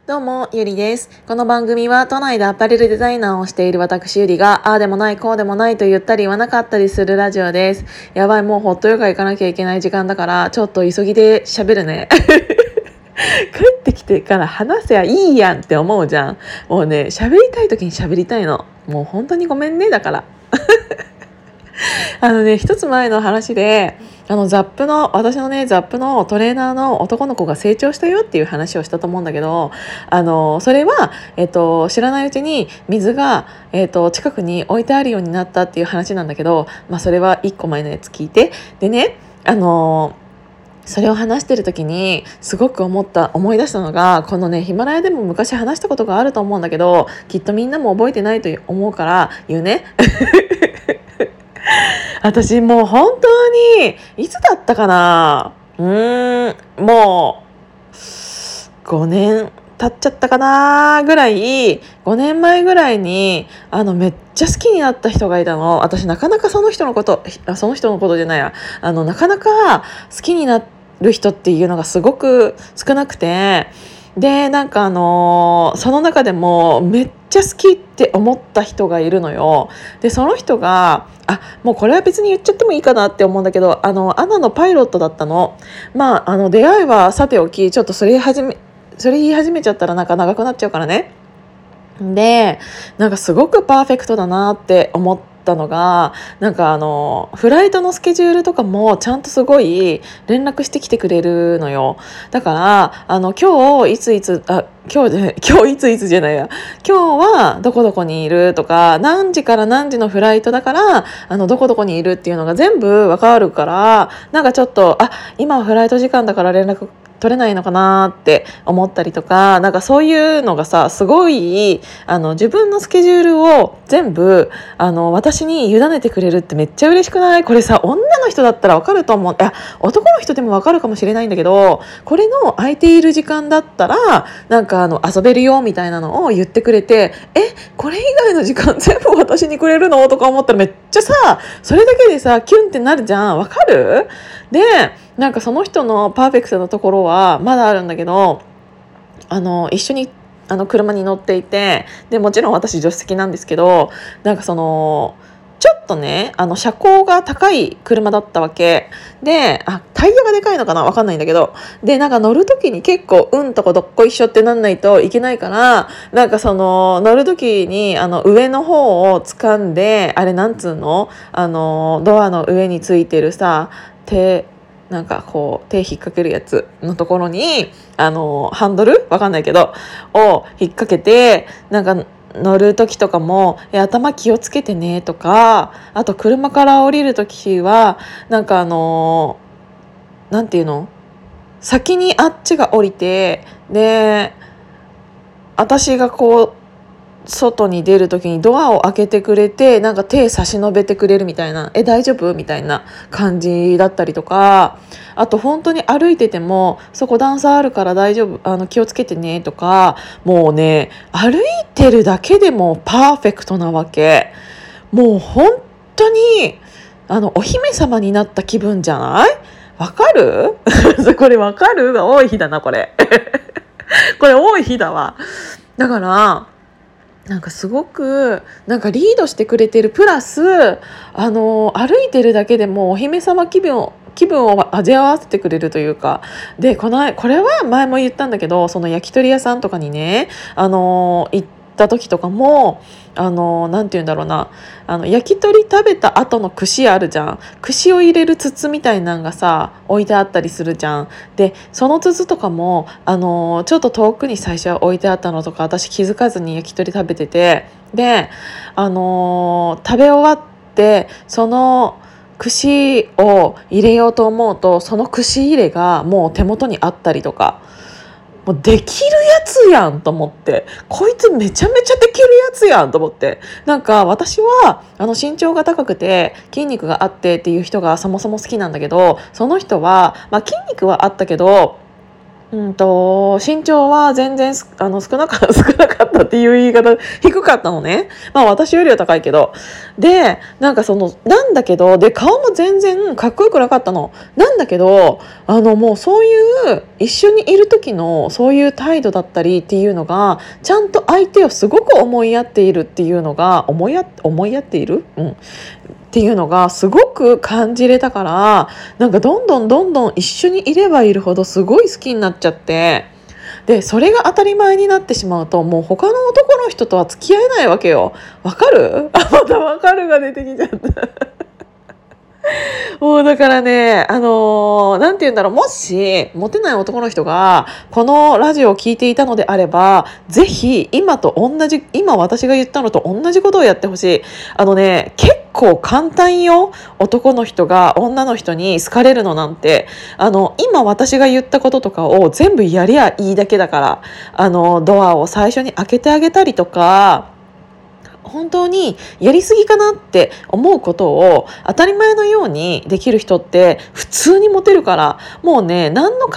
どうも、ゆりです。この番組は都内でアパレルデザイナーをしている私ゆりが、ああでもない、こうでもないと言ったり言わなかったりするラジオです。やばい、もうホットヨガ行かなきゃいけない時間だから、ちょっと急ぎで喋るね。帰ってきてから話せばいいやんって思うじゃん。もうね、喋りたい時に喋りたいの。もう本当にごめんね、だから。一つ前の話で、私のね、ザップのトレーナーの男の子が成長したよっていう話をしたと思うんだけど、それは、知らないうちに水が、近くに置いてあるようになったっていう話なんだけど、それは一個前のやつ聞いて。でね、それを話してる時にすごく思い出したのが、このね、ヒマラヤでも昔話したことがあると思うんだけど、きっとみんなも覚えてないと思うから言うね。私もう本当にいつだったかな、もう5年経っちゃったかなぐらい、5年前ぐらいにめっちゃ好きになった人がいたの。私なかなかその人のことじゃないや、なかなか好きになる人っていうのがすごく少なくて、でその中でもめっちゃ好きって思った人がいるのよ。でその人がもうこれは別に言っちゃってもいいかなって思うんだけど、アナのパイロットだったの。出会いはさておき、ちょっとそれ言い始めちゃったら長くなっちゃうからね。で、すごくパーフェクトだなって思ったのが、フライトのスケジュールとかもちゃんとすごい連絡してきてくれるのよ。だから今日いついつじゃないや、今日はどこどこにいるとか、何時から何時のフライトだからどこどこにいるっていうのが全部わかるから、ちょっと今はフライト時間だから連絡取れないのかなって思ったりとか、そういうのがさ、すごい自分のスケジュールを全部私に委ねてくれるってめっちゃ嬉しくない？これさ、女の人だったらわかると思う。男の人でもわかるかもしれないんだけど、これの空いている時間だったら遊べるよみたいなのを言ってくれて、これ以外の時間全部私にくれるのとか思ったら、めっちゃさ、それだけでさキュンってなるじゃん。わかる？でその人のパーフェクトなところはまだあるんだけど、一緒に車に乗っていて、でもちろん私助手席なんですけど、ちょっとね車高が高い車だったわけで、タイヤがでかいのかな、わかんないんだけど、で乗る時に結構とこどっこいしょってなんないといけないから、乗る時に上の方を掴んで、あれなんつうの、ドアの上についてるさ、手引っ掛けるやつのところにハンドルわかんないけどを引っ掛けて、乗る時とかも頭気をつけてねとか、あと車から降りる時はなんていうの、先にあっちが降りて、で私が外に出る時にドアを開けてくれて、手差し伸べてくれるみたいな、大丈夫みたいな感じだったりとか、あと本当に歩いてても、そこ段差あるから大丈夫、気をつけてねとか、もうね、歩いてるだけでもパーフェクトなわけ。もう本当にお姫様になった気分じゃない？わかる？これわかる？多い日だなこれ。これ多い日だわ。だからすごくリードしてくれてるプラス歩いてるだけでもお姫様気分を味わわせてくれるというか。でこれは前も言ったんだけど、その焼き鳥屋さんとかにね行った時とかもなんて言うんだろうな、焼き鳥食べた後の串あるじゃん。串を入れる筒みたいなのがさ置いてあったりするじゃん。でその筒とかもちょっと遠くに最初は置いてあったのとか、私気づかずに焼き鳥食べてて、で食べ終わってその串を入れようと思うと、その串入れがもう手元にあったりとか、もうできるやつやんと思って、こいつめちゃめちゃできるやつやんと思って、私は身長が高くて筋肉があってっていう人がそもそも好きなんだけど、その人は、筋肉はあったけど身長は全然少なかったっていう言い方、低かったのね。まあ私よりは高いけど。で、なんだけど、で、顔も全然かっこよくなかったの。なんだけど、もうそういう、一緒にいる時のそういう態度だったりっていうのが、ちゃんと相手をすごく思いやっているっていうのが、思いやっているっていうのがすごく感じれたから、どんどんどんどん一緒にいればいるほどすごい好きになっちゃって、でそれが当たり前になってしまうと、もう他の男の人とは付き合えないわけよ。わかる？またわかるが出てきちゃった。もうだからね、なんて言うんだろう、もし、モテない男の人が、このラジオを聞いていたのであれば、ぜひ、今私が言ったのと同じことをやってほしい。結構簡単よ。男の人が女の人に好かれるのなんて。今私が言ったこととかを全部やりゃいいだけだから。ドアを最初に開けてあげたりとか、本当にやりすぎかなって思うことを当たり前のようにできる人って普通にモテるから、もうね、何の考